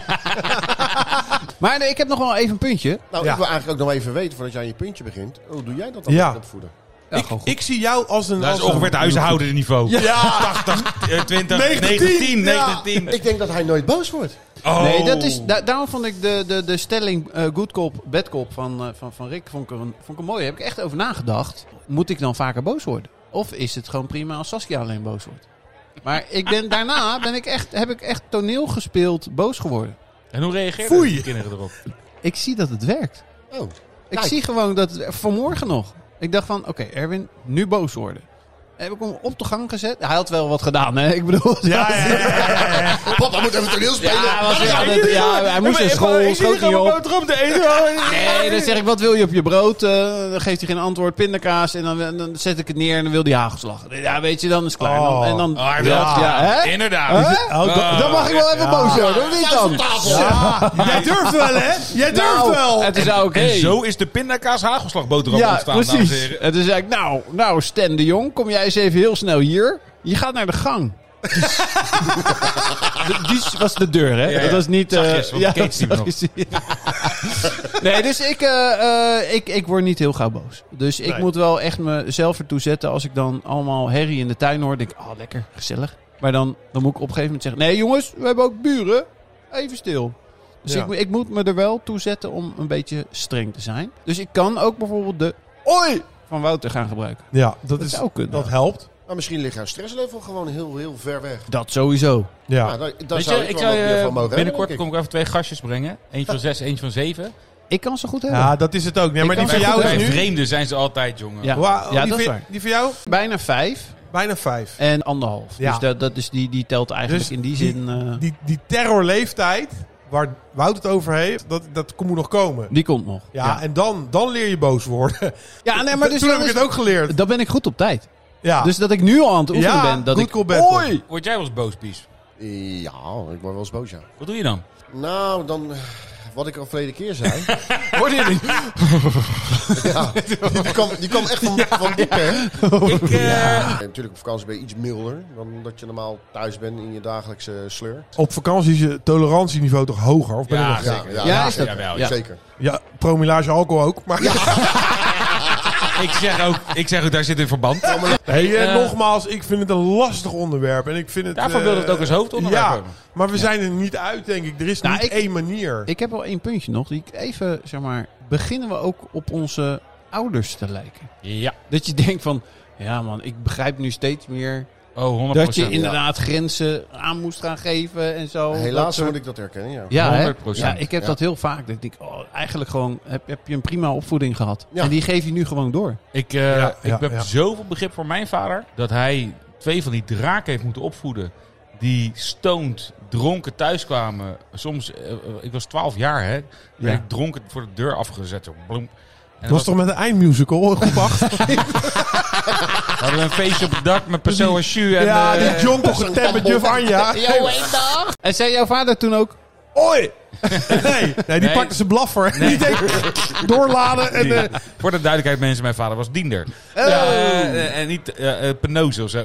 Maar nee, ik heb nog wel even een puntje. Nou, Ja. ik wil eigenlijk ook nog even weten, voordat jij aan je puntje begint. Hoe doe jij dat dan Ja. met opvoeden? Ja, ik, gewoon goed. ik zie jou als een... Dat is als ongeveer het een- huishoudeniveau. Ja. tachtig, uh, twintig, negentien, negentien, ja. negentien. Ik denk dat hij nooit boos wordt. Oh. Nee, dat is, da- daarom vond ik de, de, de stelling uh, good cop, bad cop van, uh, van, van Rick vond ik, er een, vond ik een mooie. Daar heb ik echt over nagedacht. Moet ik dan vaker boos worden? Of is het gewoon prima als Saskia alleen boos wordt? Maar ik ben, daarna ben ik echt, heb ik echt toneel gespeeld boos geworden. En hoe reageerden Foei. de kinderen erop? Ik zie dat het werkt. Oh. Ik Kijk. zie gewoon dat het, vanmorgen nog. Ik dacht van, oké, Erwin, nu boos worden. Heb ik hem op de gang gezet. Hij had wel wat gedaan, hè? Ik bedoel... Ja, ja, ja, ja, ja. Papa moet even toneel spelen. Ja, hij, was, ja, dat- ja, hij moest naar school, schoot niet op. boterham te eten. Nee, dan zeg ik, wat wil je op je brood? Uh, dan geeft hij geen antwoord, pindakaas. En dan, dan zet ik het neer en dan wil hij hagelslag. Ja, weet je, dan is het klaar. Oh. En dan, Oh, hij ja, wil- ja, hè? Inderdaad. Hè? Oh, dat- Dan mag ik wel even Ja. boos worden, of niet dan? Ja. Jij durft wel, hè? Jij durft Nou, wel. het is oké. En zo is de pindakaas hagelslagboterham Ja, ontstaan, dames en precies. heren. En toen zei ik, nou, nou, Stan de Jong, kom jij eens even heel snel hier. Je gaat naar de gang. Dus, die was de deur, hè? Ja, ja. Dat was niet... eh, Zachtjes, want de keet is niet meer op. zachtjes, ja. Nee, dus ik, eh, eh, ik, ik word niet heel gauw boos. Dus ik Nee. moet wel echt mezelf ertoe zetten als ik dan allemaal herrie in de tuin hoor. Denk ik, oh, lekker, gezellig. Maar dan, dan moet ik op een gegeven moment zeggen... Nee, jongens, we hebben ook buren. Even stil. Dus Ja. ik, ik moet me er wel toe zetten om een beetje streng te zijn. Dus ik kan ook bijvoorbeeld de oi van Wouter gaan gebruiken. Ja, dat, Dat is, zou kunnen. dat helpt. Maar misschien ligt jouw stresslevel gewoon heel, heel ver weg. Dat sowieso. Ja. Ja, daar, daar Weet zou je, ik, ik wel zou wat meer je van mogen binnenkort hebben, kom ik even twee gastjes brengen. Eentje van zes, eentje van zeven. Ik kan ze goed hebben. Ja, dat is het ook. Nee, Ik maar die kan van zeggen, jou goed, is Bij nu... vreemden zijn ze altijd, jongen. Ja. Wauw, Ja, die, dat is van- waar. die van jou? Bijna vijf Bijna vijf. en anderhalf. Ja. Dus dat, dat is die, die telt eigenlijk Dus in die die- zin... eh, die, Die, die terrorleeftijd, waar Wout het over heeft, dat, dat moet nog komen. komt nog. Ja, ja. en dan, dan leer je boos worden. Ja, nee, maar dus Toen dat heb ik is- het ook geleerd. Dan ben ik goed op tijd. Ja. Dus dat ik nu al aan het oefenen Ja, ben. Dat good ik, call, bad call. Oi! Word jij wel eens boos, Pies? Ja, ik word wel eens boos, ja. Wat doe je dan? Nou, dan... eh, Wat ik al verleden keer zei. Hoorde je niet? Ja, die, die, kwam, die kwam echt van, van diep, hè? Ik, eh, Ja, natuurlijk op vakantie ben je iets milder dan dat je normaal thuis bent in je dagelijkse sleur. Op vakantie is je tolerantieniveau toch hoger? Of ben Ja, ik nog- zeker. Ja, Ja, is dat? jawel, Ja. Zeker. ja, promillage alcohol ook. Maar ik, zeg ook, ik zeg ook, daar zit een verband. hey, eh, Eh, nogmaals, ik vind het een lastig onderwerp. En ik vind het, Daarvoor eh, wilde het ook als hoofdonderwerp Ja, hebben. maar we zijn er niet uit, denk ik. Er is Nou, niet ik- één manier. Ik heb wel één puntje nog. Die ik even, zeg maar... Beginnen we ook op onze ouders te lijken? Ja. Dat je denkt van... Ja man, ik begrijp nu steeds meer... Oh, honderd Dat procent. je inderdaad grenzen aan moest gaan geven en zo. Helaas Dat soort- moet ik dat herkennen, ja. Ja, hè? honderd procent. Ja, ik heb Ja. dat heel vaak. Dat ik denk, oh, eigenlijk gewoon heb, heb je een prima opvoeding gehad. Ja. En die geef je nu gewoon door. Ik, eh, Ja, ik ja, heb ja. zoveel begrip voor mijn vader dat hij twee van die draken heeft moeten opvoeden. Die stoned, dronken thuiskwamen. Soms, eh, eh, ik was twaalf jaar, hè. Werd Ja. ik dronken voor de deur afgezet. Zo, bloem. En Dat was toch met een eindmusical, groep acht? hadden we een feestje op het dak met Perso en Chu. En, ja, eh, die John toch getemd met juf Anja. En zei jouw vader toen ook... Oi! nee, nee, die Nee. pakte zijn blaffer. Nee. Die deed doorladen. En, uh, Voor de duidelijkheid, mensen, mijn vader was diender. Oh. Ja, uh, en niet uh, uh, penose of zo.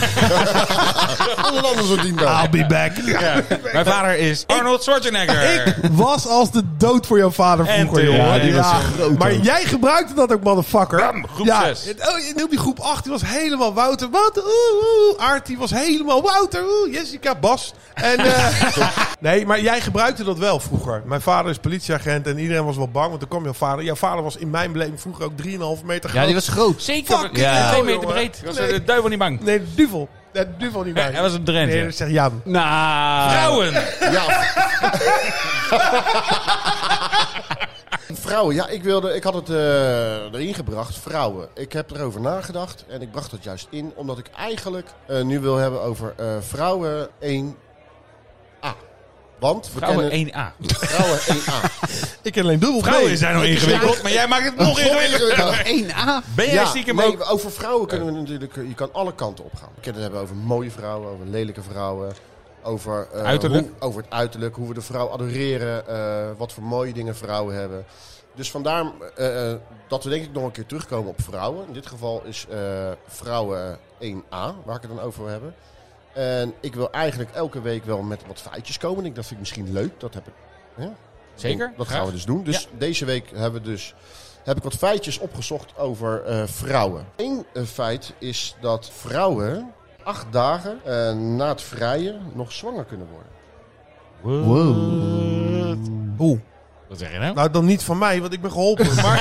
Alle andere soort dienbaar. I'll be back. Ja. Mijn vader is Arnold Schwarzenegger. Ik was als de dood voor jouw vader vroeger, En, jongen. ja, die was zo groot Maar ook. jij gebruikte dat ook, motherfucker. Bam, groep ja, zes. en- Oh, en op die groep acht, die was helemaal Wouter. Wouter, oeh, oeh. Aart, die was helemaal Wouter. Oeh, Jessica, Bas. En, uh, nee, maar jij gebruikte dat wel vroeger. Mijn vader is politieagent en iedereen was wel bang. Want dan kwam jouw vader. Jouw vader was in mijn beleving vroeger ook drieënhalve meter groot. Ja, die was groot. Zeker. Fucking Ja. hell, Twee meter jongen. breed. Was Nee. de duivel niet bang. Nee, de duvel. De duvel niet bij. Hij was een Drenthe. Nee, dat zegt Jan. Nou. Vrouwen. Ja. Vrouwen, ja, ik, wilde, ik had het uh, erin gebracht. Vrouwen. Ik heb erover nagedacht en ik bracht het juist in, omdat ik eigenlijk uh, nu wil hebben over uh, vrouwen één A. Want we Vrouwen kennen één A. vrouwen één A. Ik ken alleen dubbel. Vrouwen Nee. zijn nog ingewikkeld, maar jij maakt het nog ingewikkelder. één A. Ben jij Ja, stiekem nee, ook... over vrouwen kunnen we natuurlijk, je kan alle kanten op gaan. We kunnen het hebben over mooie vrouwen, over lelijke vrouwen, over, uh, Uiterlijk. hoe- over het uiterlijk, hoe we de vrouw adoreren, uh, wat voor mooie dingen vrouwen hebben. Dus vandaar uh, dat we denk ik nog een keer terugkomen op vrouwen. In dit geval is uh, vrouwen één A, waar ik het dan over wil hebben. En ik wil eigenlijk elke week wel met wat feitjes komen. Ik, dat vind ik misschien leuk, dat heb ik. Ja? Zeker, Dat graag. gaan we dus doen. Dus deze week hebben we dus... heb ik wat feitjes opgezocht over uh, vrouwen. Eén uh, feit is dat vrouwen acht dagen uh, na het vrijen nog zwanger kunnen worden. Oeh. Wat zeg je nou? Nou, dan niet van mij, want ik ben geholpen. Maar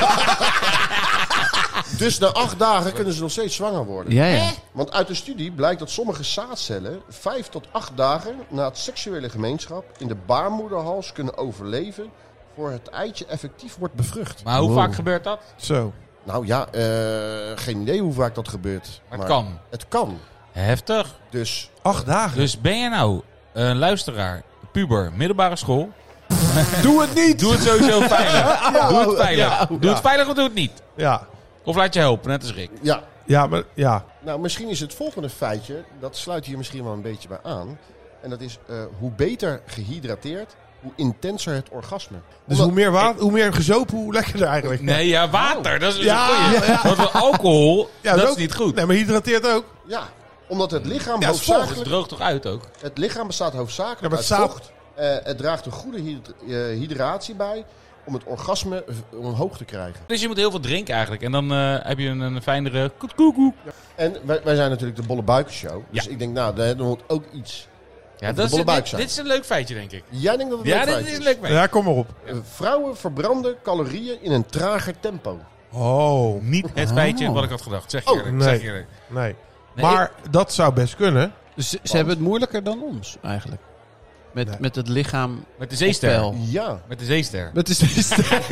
Dus na acht dagen kunnen ze nog steeds zwanger worden. Ja, ja. Want uit een studie blijkt dat sommige zaadcellen vijf tot acht dagen na het seksuele gemeenschap in de baarmoederhals kunnen overleven voor het eitje effectief wordt bevrucht. Maar hoe Wow. vaak gebeurt dat? zo. Nou ja, uh, geen idee hoe vaak dat gebeurt. Maar het kan. Het kan. Heftig. Dus Acht dagen. Dus ben je nou een luisteraar, puber, middelbare school? Doe het niet. Doe het sowieso veilig. Doe het veilig. Ja. Doe Ja. het veilig of doe het niet. Ja. Of laat je helpen, net als Rick. ja, Ja, maar ja. nou misschien is het volgende feitje, dat sluit hier misschien wel een beetje bij aan. En dat is uh, hoe beter gehydrateerd, hoe intenser het orgasme. Dus Omdat- hoe meer, water, hoe meer gezopen, hoe lekkerder eigenlijk. Nee, ja, water. Dat is dus Ja, een goeie. ja. Want wel alcohol, Ja, dat ook- is niet goed. Nee, maar hydrateert ook. Ja, omdat het lichaam Ja, het is Het hoofdzakelijk... droogt toch uit ook? Het lichaam bestaat hoofdzakelijk Ja, maar uit het zaad- vocht. Uh, het draagt een goede hyd- uh, hydratie bij om het orgasme uh, omhoog te krijgen. Dus je moet heel veel drinken eigenlijk. En dan uh, heb je een, een fijnere koekoekoe. En wij, wij zijn natuurlijk de Bolle Buikenshow. Dus Ja. ik denk, nou, er moet ook iets. Ja, de dat is, bolle buik dit, zijn. dit is een leuk feitje, denk ik. Jij denkt dat het Ja, leuk dit feitje is een leuk feitje. Ja, kom maar op. Uh, vrouwen verbranden calorieën in een trager tempo. Oh, Niet het feitje wat ik had gedacht. Zeg je Oh, eerlijk. nee. Zeg je eerlijk. nee. Nee, Maar dat zou best kunnen. Dus ze, ze hebben het moeilijker dan ons, eigenlijk. Met, Nee. met het lichaam Met de zeester. op peil. Ja. Met de zeester. Met de zeester.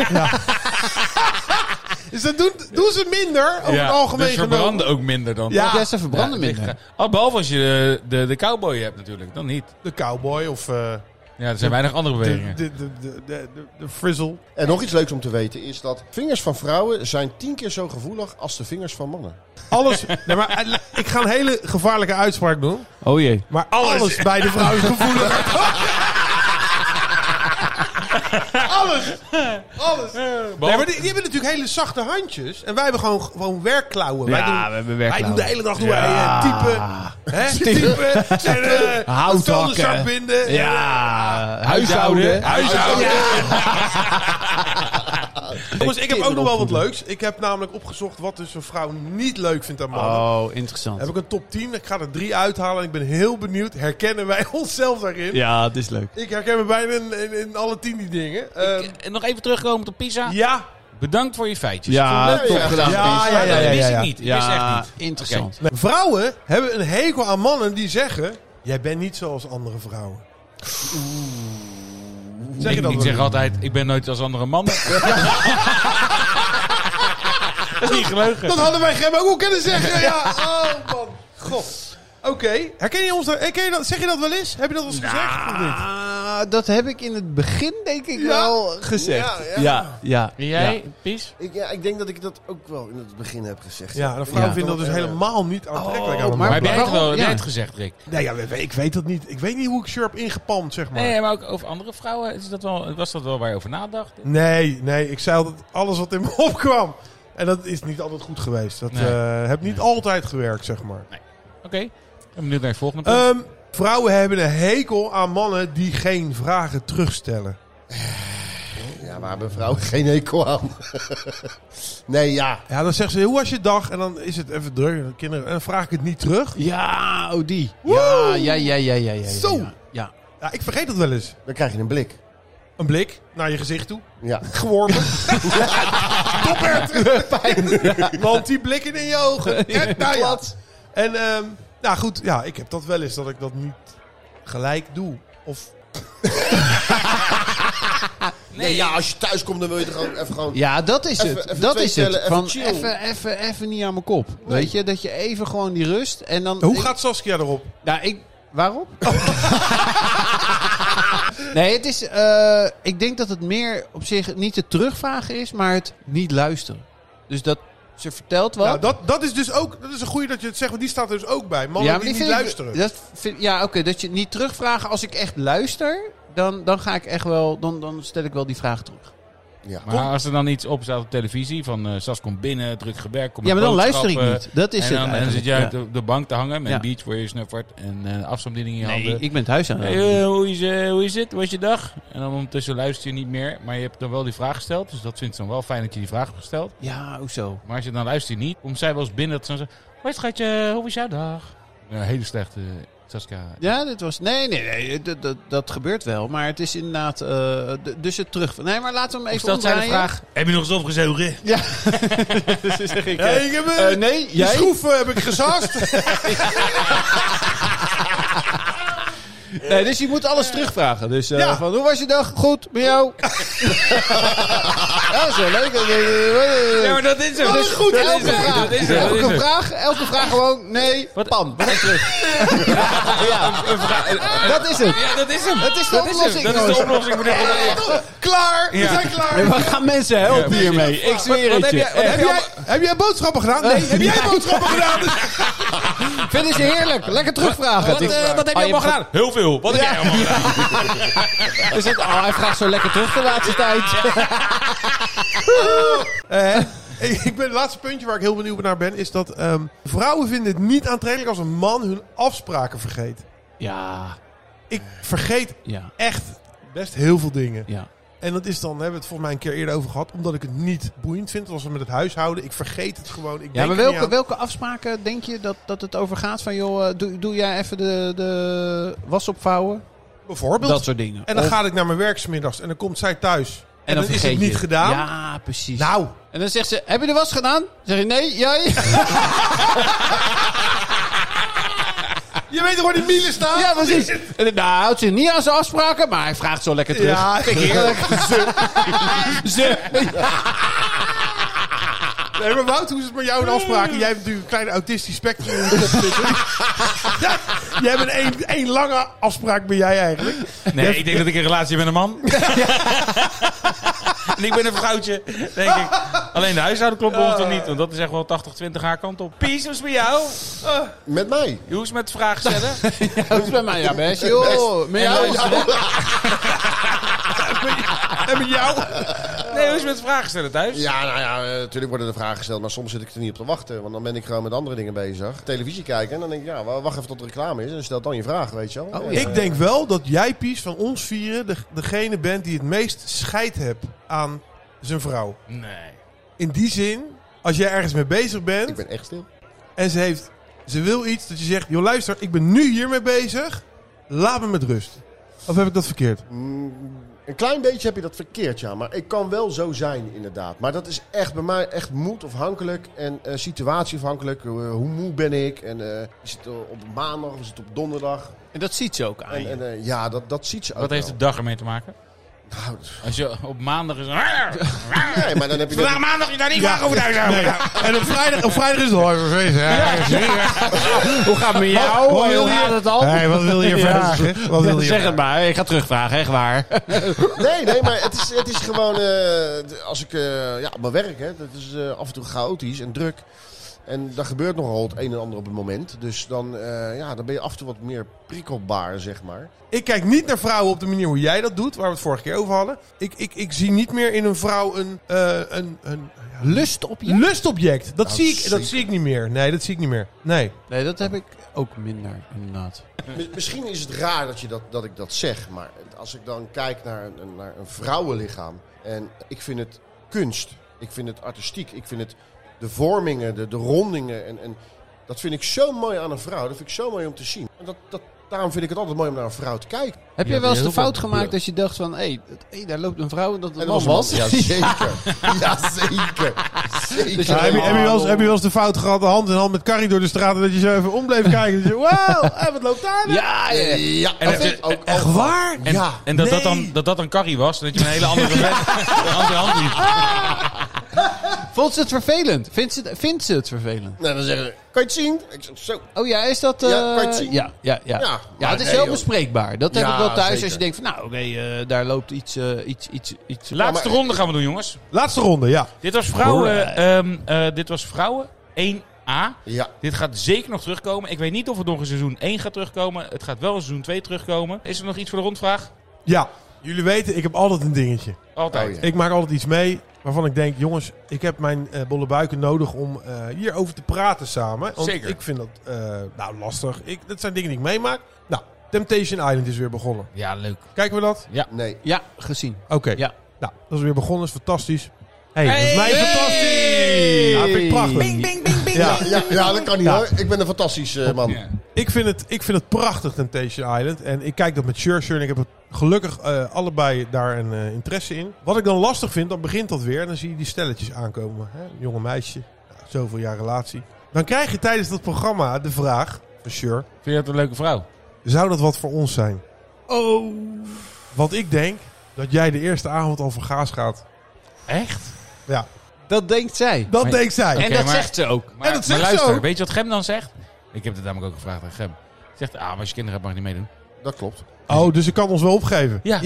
Dus dat doen, doen ze minder over het algemeen dus genomen. verbranden ook minder dan. Ja. Ja, ze verbranden Ja, minder. ligt- oh, behalve als je de, de, de cowboy hebt natuurlijk. Dan niet. De cowboy of uh, Ja, er zijn weinig andere de, bewegingen. de, de, de, de, de, de frizzle. En nog iets leuks om te weten is dat vingers van vrouwen zijn tien keer zo gevoelig als de vingers van mannen. Alles. Nee, maar eh, ik ga een hele gevaarlijke uitspraak doen. Oh jee. Maar alles, bij de vrouw is gevoelig. alles. Alles. Nee, maar die, die hebben natuurlijk hele zachte handjes. En wij hebben gewoon, gewoon werkklauwen. wij doen, we hebben wij doen de hele dag doen wij, eh, typen. Hè? Typen. En, uh, Hout vuilniszak hakken. binden. Ja, Huishouden. huishouden. Jongens, ik heb ook nog wel wat leuks. Ik heb namelijk opgezocht wat dus een vrouw niet leuk vindt aan mannen. Oh, interessant. Heb ik een top tien. Ik ga er drie uithalen. En ik ben heel benieuwd. Herkennen wij onszelf daarin? Ja, het is leuk. Ik herken me bijna in, in, in alle tien die dingen. Ehm, Ik- en nog even terugkomen op Pisa. ja. Bedankt voor je feitjes. Ja, Ja, top ja, gedaan. ja, Pies. ja, ja, dat ja, wist ja. ik niet. Ik wist echt Ja, niet. interessant. Nee, vrouwen hebben een hekel aan mannen die zeggen... Jij bent niet zoals andere vrouwen. Zeg je ik dat ik wel? zeg altijd, ik ben nooit als andere mannen. Dat is niet gelogen. Dat hadden wij Gem ook wel kunnen zeggen. Ja, oh man. God. Oké. Herken je ons daar? Herken je dat, zeg je dat wel eens? Heb je dat wel eens gezegd? Of niet? Ah, Nou, dat heb ik in het begin denk ik Ja. wel gezegd. Ja, ja. ja. ja. En jij, Ja. Pies? Ik, ja, ik denk dat ik dat ook wel in het begin heb gezegd. Ja, de vrouwen Ja. vinden dat dus Eh, helemaal niet aantrekkelijk Oh, aan een maar man. Maar heb jij het, waarom? wel, heb jij Ja. het gezegd, Rick? Nee, ja, ik weet dat niet. Ik weet niet hoe ik je heb ingepalmd, zeg maar. Nee, maar ook over andere vrouwen. Is dat wel, was dat wel waar je over nadacht? Nee, nee, ik zei altijd alles wat in me opkwam. En dat is niet altijd goed geweest. Dat Nee. eh heb niet altijd gewerkt, zeg maar. Oké, okay. ik ben benieuwd naar het volgende punt. Ehm, vrouwen hebben een hekel aan mannen die geen vragen terugstellen. Ja, waar hebben vrouwen geen hekel aan? Nee, ja. Ja, dan zeggen ze, hoe was je dag? En dan is het even druk. De kinderen, en dan vraag ik het niet terug. Ja, oh die. Ja, ja, ja, ja, ja, ja. Zo. Ja, ja. Ja, ik vergeet dat wel eens. Dan krijg je een blik. Een blik naar je gezicht toe. Ja. Geworpen. Toppert. Want die blikken in je ogen. En, nou ja. En ehm, nou goed, ja, ik heb dat wel eens dat ik dat niet gelijk doe. Of Nee, ja, als je thuis komt, dan wil je er gewoon even gewoon... Ja, dat is Even- het. even dat twee is het. tellen, even Van chill. even, even, even niet aan mijn kop. Weet je, dat je even gewoon die rust en dan. hoe ik- gaat Saskia erop? Nou, ik. Waarop? Nee, het is. eh, ik denk dat het meer op zich niet het terugvragen is, maar het niet luisteren. Dus dat ze vertelt wat. Nou, dat, dat is dus ook, dat is een goeie dat je het zegt, want die staat er dus ook bij. Mannen maar die, niet vind ik- luisteren. dat vind- ja, oké. dat je niet terugvragen als ik echt luister, dan, dan ga ik echt wel. Dan, dan stel ik wel die vraag terug. Ja. Maar als er dan iets op staat op televisie van uh, Sas komt binnen, druk gewerkt, kom Ja, maar dan luister ik boodschappen. niet. Dat is En het dan, en dan eigenlijk. zit jij Ja. op de bank te hangen met Ja. een beach voor je snuffert en uh, afstandsbediening in je Nee, handen. ik ben thuis aan het Hey, uh, hoe, is, uh, hoe is het? Hoe is je dag? En dan ondertussen luister je niet meer, maar je hebt dan wel die vraag gesteld. Dus dat vindt ze dan wel fijn dat je die vraag hebt gesteld. Ja, hoezo? Maar als je dan luistert niet, komt zij wel eens binnen dat ze dan zegt: hoi schatje, hoe is jouw dag? Een hele slechte Saskia. Ja, dit was. Nee, nee, nee. Dat, dat, dat gebeurt wel. Maar het is inderdaad. eh, d- dus het terug. Nee, maar laten we hem even Stelt zij de omdraaien. vraag: heb je nog eens opgezogen? Ja. Dus dan zeg ik. Ja, eh, ik heb, eh, eh, nee, die jij? schroef eh, heb ik gezast. Nee, dus je moet alles terugvragen. Dus eh, Ja. van hoe was je dag? Goed, bij jou? Ja, zo leuk. Ja, maar dat is hem. Dat is goed. Dat is Elke hem. vraag. Dat is hem. Dat is Elke hem. vraag. Elke vraag gewoon. Nee. Wat- Pam. We gaan terug. Ja, dat is het. Ja, dat is hem. Het is de Dat hem. oplossing, Dat is de jongens. oplossing. voor dit- Klaar, we Ja. zijn klaar. En we gaan mensen helpen Ja, hiermee. Ik zweer Wat het heb je. jij- wat Echt. Heb jij, heb jij boodschappen gedaan? Nee, heb jij boodschappen gedaan? Vinden ze heerlijk. Lekker terugvragen. Wat, Het is- eh, wat heb Oh, je allemaal gedaan? Heel veel. Wat heb jij allemaal gedaan? Dus het, oh, hij vraagt zo lekker terug de laatste tijd. Eh, ik ben het laatste puntje waar ik heel benieuwd naar ben, is dat ehm, vrouwen vinden het niet aantrekkelijk als een man hun afspraken vergeet. Ja, Ik vergeet ja, echt best heel veel dingen. ja. En dat is dan, hebben we het volgens mij een keer eerder over gehad, omdat ik het niet boeiend vind, zoals we met het huishouden. Ik vergeet het gewoon. Ik Ja, denk maar er niet welke, aan. welke afspraken denk je dat, dat het over gaat? Van joh, eh, doe, doe jij even de, de was opvouwen? Bijvoorbeeld. Dat soort dingen. En dan Of- ga ik naar mijn werk 's middags en dan komt zij thuis. En, dan, is vergeet het je niet gedaan. Ja, precies. Nou, En dan zegt ze, heb je de was gedaan? Dan zeg je, nee, jij? je weet toch waar die miele staat? Ja, precies. En dan nou, houdt zich niet aan zijn afspraken, maar hij vraagt zo lekker terug. Ja, Vind ik heerlijk. Ze. Nee, maar Wout, hoe is het met jou in afspraken? Jij hebt natuurlijk een kleine autistisch spectrum in de kop zitten. Ja, jij bent één, één lange afspraak ben jij eigenlijk. Nee, ik denk dat ik een relatie heb met een man. En ik ben een vrouwtje, denk ik. Alleen de huishouden klopt bij ons toch niet. Want dat is echt wel tachtig twintig haar kant op. Pies, hoe is het met jou? Met mij. Hoe is het met vragen stellen? Hoe is het bij mij? Ja, best. Joh, met jou? En met jou? Nee, hoe is het met vragen stellen thuis? Ja, nou ja, eh, natuurlijk worden er vragen gesteld, maar soms zit ik er niet op te wachten. Want dan ben ik gewoon met andere dingen bezig. Televisie kijken en dan denk ik, ja, wacht even tot de reclame is. En stel dan je vraag, weet je wel. Oh, Ja. Ik denk wel dat jij, Pies, van ons vieren de, degene bent die het meest scheid hebt aan zijn vrouw. Nee. In die zin, als jij ergens mee bezig bent Ik ben echt stil. en ze, heeft, ze wil iets, dat je zegt, joh luister, ik ben nu hiermee bezig, laat me met rust. Of heb ik dat verkeerd? Mm, een klein beetje heb je dat verkeerd, ja. Maar ik kan wel zo zijn, inderdaad. Maar dat is echt bij mij echt moedafhankelijk en uh, situatieafhankelijk. Uh, hoe moe ben ik? En uh, is het uh, op maandag of is het op donderdag? En dat ziet ze ook aan En, je. en uh, ja, dat, dat ziet ze ook Wat heeft wel. de dag ermee te maken? Nou, Als je op maandag is... nee, maar dan heb je... Vandaag maandag, je daar niet graag over thuis Nee. En op vrijdag, op vrijdag is het al even feest. Hoe gaat het met jou? Wat wil Hoe je? gaat het al? Hey, wat wil je vragen? Wat wil je Zeg het maar, ik ga terugvragen, echt waar. Nee, nee, maar het is, het is gewoon... eh, als ik... eh, ja, mijn werk, hè. Dat is eh, af en toe chaotisch en druk. En daar gebeurt nogal het een en ander op het moment. Dus dan, eh, ja, dan ben je af en toe wat meer prikkelbaar, zeg maar. Ik kijk niet naar vrouwen op de manier hoe jij dat doet, waar we het vorige keer over hadden. Ik, ik, ik zie niet meer in een vrouw een, uh, een, een ja, Lustobject? lustobject. Dat, Nou, zie ik, dat zeker. zie ik niet meer. Nee, dat zie ik niet meer. Nee. Nee, dat heb ik ook minder, inderdaad. M- Misschien is het raar dat, je dat, dat ik dat zeg. Maar als ik dan kijk naar een, naar een vrouwenlichaam. En ik vind het kunst. Ik vind het artistiek. Ik vind het de vormingen, de, de rondingen. En, en dat vind ik zo mooi aan een vrouw. Dat vind ik zo mooi om te zien. En dat, dat, daarom vind ik het altijd mooi om naar een vrouw te kijken. Heb Ja, je wel eens de heel fout veel- gemaakt dat je dacht van... hé, hey, daar loopt een vrouw en dat het En een dat man was was? Ja, zeker. Ja, zeker. zeker. Dus Ja, heb, je, heb, je wel eens, heb je wel eens de fout gehad, de hand in hand met Carrie door de straat... en dat je zo even om bleef kijken. Dat je, wow, hey, wat loopt daar nou? Ja, ja. Ja, En dat het- vind ik ook. Echt ook- waar? En, Ja. en dat, dat, Nee. dan, dat dat dan Carrie was, dat je een hele andere, een andere hand liet. Vond ze het vervelend? Vindt ze, het- vindt ze het vervelend? Nou, dan zeggen ze, kan je het zien? Ik zeg, zo. Oh ja, is dat... eh, Ja, kan je het zien? Ja, ja, ja. Ja, ja, maar het is nee, heel joh. bespreekbaar. Dat heb Ja, ik wel thuis zeker. als je denkt van... nou, oké, eh, daar loopt iets... eh, iets, iets, iets Laatste maar- ronde gaan we doen, jongens. Laatste ronde, ja. Dit was vrouwen, ehm, eh, dit was vrouwen één A. Ja. Dit gaat zeker nog terugkomen. Ik weet niet of het nog in seizoen één gaat terugkomen. Het gaat wel in seizoen twee terugkomen. Is er nog iets voor de rondvraag? Ja, jullie weten, ik heb altijd een dingetje. Altijd. Oh, ja. Ik maak altijd iets mee waarvan ik denk... jongens, ik heb mijn eh, bolle buiken nodig om eh, hierover te praten samen. Want Zeker. ik vind dat eh, nou, lastig. Ik, dat zijn dingen die ik meemaak. Nou, Temptation Island is weer begonnen. Ja, leuk. Kijken we dat? Nee. Ja, gezien. Oké. Ja. Nou, dat is weer begonnen. Dat is fantastisch. Hey, dat is Hey! mij fantastisch! Ja, dat vind ik prachtig. Bing, bing, bing, bing. Ja. Ja, ja, dat kan niet Ja. hoor. Ik ben een fantastisch eh, man. Ja. Ik vind, het, ik vind het prachtig, Temptation Island. En ik kijk dat met Saoirse en ik heb het gelukkig eh, allebei daar een eh, interesse in. Wat ik dan lastig vind, dan begint dat weer. En dan zie je die stelletjes aankomen. Hè? Een jonge meisje, nou, zoveel jaar relatie. Dan krijg je tijdens dat programma de vraag van Saoirse... Vind je dat een leuke vrouw? zou dat wat voor ons zijn? Oh. Want ik denk dat jij de eerste avond al vergaas gaat. Echt? Ja, Dat denkt zij. dat Maar- denkt zij. En Oké, dat maar- zegt ze ook. Maar, En dat zegt maar ze luister, ook. weet je wat Gem dan zegt? Ik heb het namelijk ook gevraagd aan Gem. Zegt, ah, maar als je kinderen hebt mag je niet meedoen. Dat klopt. Oh, dus ik kan ons wel opgeven. Ja.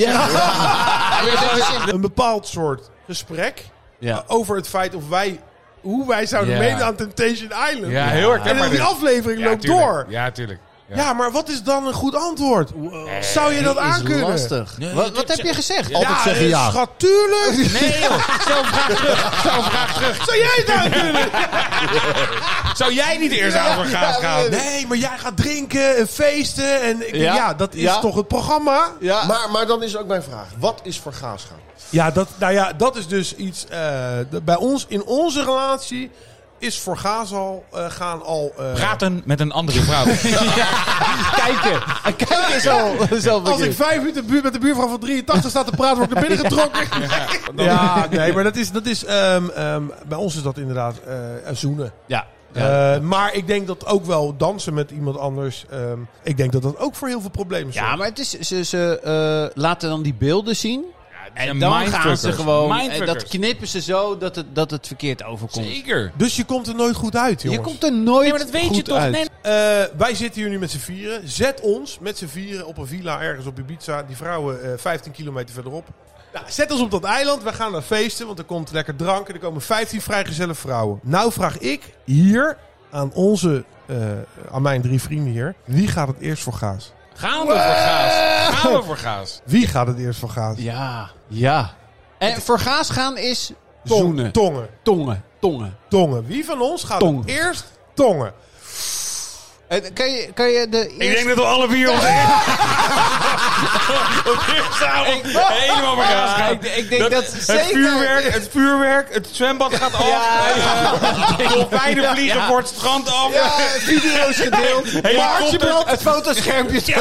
Een bepaald soort gesprek Ja. over het feit of wij, hoe wij zouden Ja. meedoen aan Temptation Island. Ja, heel erg. En dan maar die dit- aflevering Ja, loopt tuurlijk. door. Ja, tuurlijk. Ja. Ja, maar wat is dan een goed antwoord? Zou je dat Is aankunnen? lastig. Nee, wat, dit wat heb zeg- je gezegd? Ja. Altijd zeggen eh, ja. Schat, tuurlijk. Nee joh, stel een vraag terug. Stel een vraag terug. Zou jij het aankunnen? Zou jij niet eerst aan vergaas gaan? Nee, maar jij gaat drinken en feesten. En ik, ja. Ja. dat is Ja. toch het programma? Ja. Maar, maar dan is ook mijn vraag. Wat is voor gaas gaan? Ja, dat, nou ja, dat is dus iets... eh, de- bij ons, in onze relatie... is voor Gaas al eh, gaan al... eh, Praten met een andere vrouw. Kijken. Kijken is al, is al Als ik verkeerd. vijf minuten buur met de buurvrouw van drieëntachtig sta te praten, word ik naar binnen getrokken. Ja, nee, maar dat is... Dat is ehm, ehm, bij ons is dat inderdaad eh, zoenen. Ja. Eh, maar ik denk dat ook wel dansen met iemand anders... ehm, ik denk dat dat ook voor heel veel problemen zorgt. Ja, maar het is, ze, ze eh, laten dan die beelden zien. En zijn dan gaan mindfuckers. ze gewoon... En Mindfuckers. dat knippen ze zo dat het, dat het verkeerd overkomt. Zeker. Dus je komt er nooit goed uit, Je jongens. komt er nooit Nee, maar dat weet goed je toch? uit. Nee. Eh, wij zitten hier nu met z'n vieren. Zet ons met z'n vieren op een villa ergens op Ibiza. Die vrouwen eh, vijftien kilometer verderop. Nou, zet ons op dat eiland. We gaan naar feesten, want er komt lekker drank. En er komen vijftien vrijgezelle vrouwen. Nou vraag ik hier aan onze, eh, aan mijn drie vrienden hier. Wie gaat het eerst voor gaas? Gaan we voor gaas. Gaan we voor gaas. Wie gaat het eerst voor gaas? Ja, ja. En voor gaas gaan is Tong- zoenen. Tongen. Tongen, tongen. Tongen. Wie van ons gaat Tong. het eerst tongen? En kan je, kan je de Ik eerste... denk dat we alle vier op de op de eerste avond helemaal voor gaas gaan. ik, ik denk dat, het zeker... vuurwerk, het vuurwerk, het zwembad gaat af. Ja, Dolfijnen vliegen Ja. voor het strand af. Ja, video's gedeeld. Helikopters. Het fotoschermpje.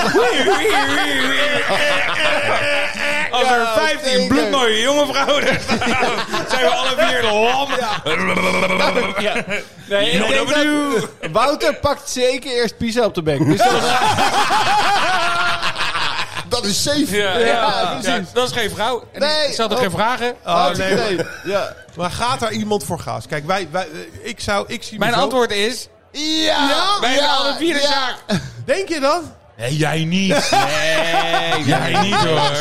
Als er vijftien zeker. bloedmooie jonge vrouwen er staan, zijn we alle vier lam. Nee, ik No, denk no, dat Wouter pakt zeker eerst pizza op de bek. Dus dat, Dat dat is safe. Ja, ja, Ja, ja, precies. dat is geen vrouw. En Nee. Ik zal er Oh. geen vragen. Oh, nee, maar, Nee, ja. maar gaat daar iemand voor gas? Kijk, wij, wij, eh, ik zou, ik zie Mijn mezelf- antwoord is... Ja! Wij zijn alle vier de ja. zaak. Denk je dan? Nee, jij niet. Nee, jij niet hoor.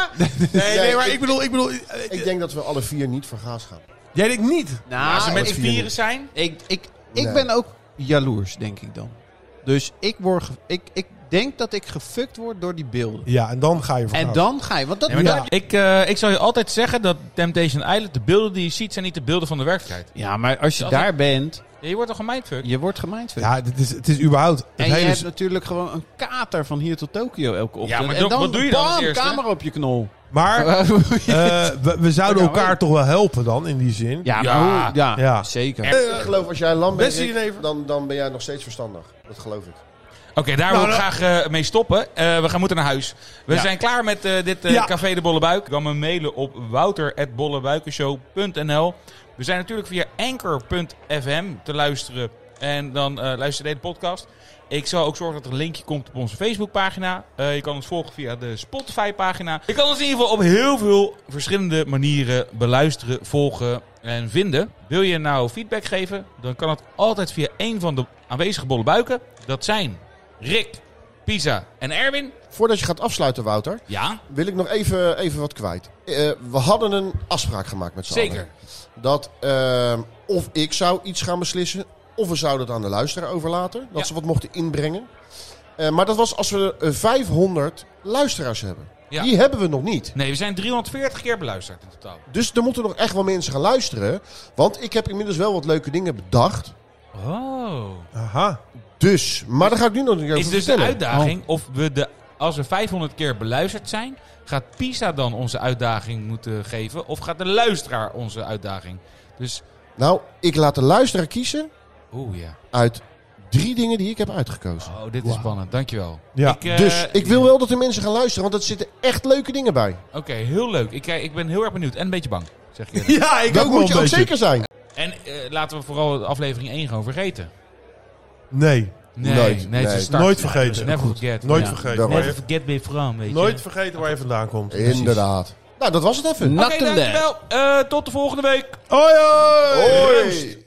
Nee, nee, maar ik bedoel, ik bedoel, eh, Ik denk dat we alle vier niet voor gaas gaan. jij denkt niet. Nou, Als ze met ik, z'n vieren zijn... ik, ik, ik Nee. ben ook jaloers, denk ik dan. Dus ik, word ge- ik, ik denk dat ik gefukt word door die beelden. Ja, en dan ga je voor En gas. dan ga je... Want dat, Nee, maar Ja. dat- ik, eh, ik zal je altijd zeggen dat Temptation Island, de beelden die je ziet, zijn niet de beelden van de werkelijkheid. ja, maar als je Dat is daar bent, Ja, je wordt toch gemindfucked? je wordt gemindfucked. Ja, het is, het is überhaupt... Het En je hele... hebt natuurlijk gewoon een kater van hier tot Tokio elke ochtend. maar en do- dan, wat doe je dan als bam, eerste? camera op je knol. Maar eh, we, we zouden elkaar toch wel helpen dan, in die zin. Ja, Ja. maar hoe- ja, Ja. zeker. Ik geloof als jij een lam bent, Beste Rick, jenever. dan, dan ben jij nog steeds verstandig. Dat geloof ik. Oké, daar Nou, wil ik nou- graag eh, mee stoppen. Eh, we gaan moeten naar huis. We Ja. zijn klaar met eh, dit eh, Ja. Café de Bolle Buik. Je kan me mailen op wouter at bollebuikenshow punt n l. We zijn natuurlijk via anchor punt f m te luisteren. En dan eh luister je de podcast. Ik zal ook zorgen dat er een linkje komt op onze Facebookpagina. Uh, je kan ons volgen via de Spotify-pagina. Je kan ons in ieder geval op heel veel verschillende manieren beluisteren, volgen en vinden. Wil je nou feedback geven? Dan kan het altijd via een van de aanwezige bolle buiken. Dat zijn Rick, Pisa en Erwin. Voordat je gaat afsluiten, Wouter, Ja, wil ik nog even, even wat kwijt. Eh, we hadden een afspraak gemaakt met z'n allen. zeker. Dat eh, of ik zou iets gaan beslissen, of we zouden het aan de luisteraar overlaten. Dat Ja. ze wat mochten inbrengen. Eh, maar dat was als we eh, vijfhonderd luisteraars hebben. Ja. Die hebben we nog niet. Nee, we zijn driehonderdveertig keer beluisterd in totaal. Dus er moeten nog echt wel mensen gaan luisteren. Want ik heb inmiddels wel wat leuke dingen bedacht. Oh. Aha. Dus, maar daar ga ik nu nog niet over Is dus de vertellen. uitdaging of we de, als we vijfhonderd keer beluisterd zijn, gaat Pisa dan onze uitdaging moeten geven? Of gaat de luisteraar onze uitdaging? Dus, Nou, ik laat de luisteraar kiezen oeh ja. uit drie dingen die ik heb uitgekozen. Oh, dit is spannend. Dankjewel. Ja. Ik, eh, Dus ik wil wel dat de mensen gaan luisteren, want er zitten echt leuke dingen bij. Oké, heel leuk. Ik, eh, ik ben heel erg benieuwd en een beetje bang, zeg ik eerlijk. Ja, ik Dat ook wel moet je een ook beetje. zeker zijn. En eh, laten we vooral de aflevering één gewoon vergeten. Nee, Nee, Nooit, nee, het is nee. een start. Nooit vergeten. Never forget. nooit Ja. vergeten. Daarom. Waar je- Never forget, be from, weet je. nooit vergeten waar je vandaan komt. Inderdaad. Nou, dat was het even. Not Oké, to that. dankjewel. Eh tot de volgende week. Hoi hoi! Hoi.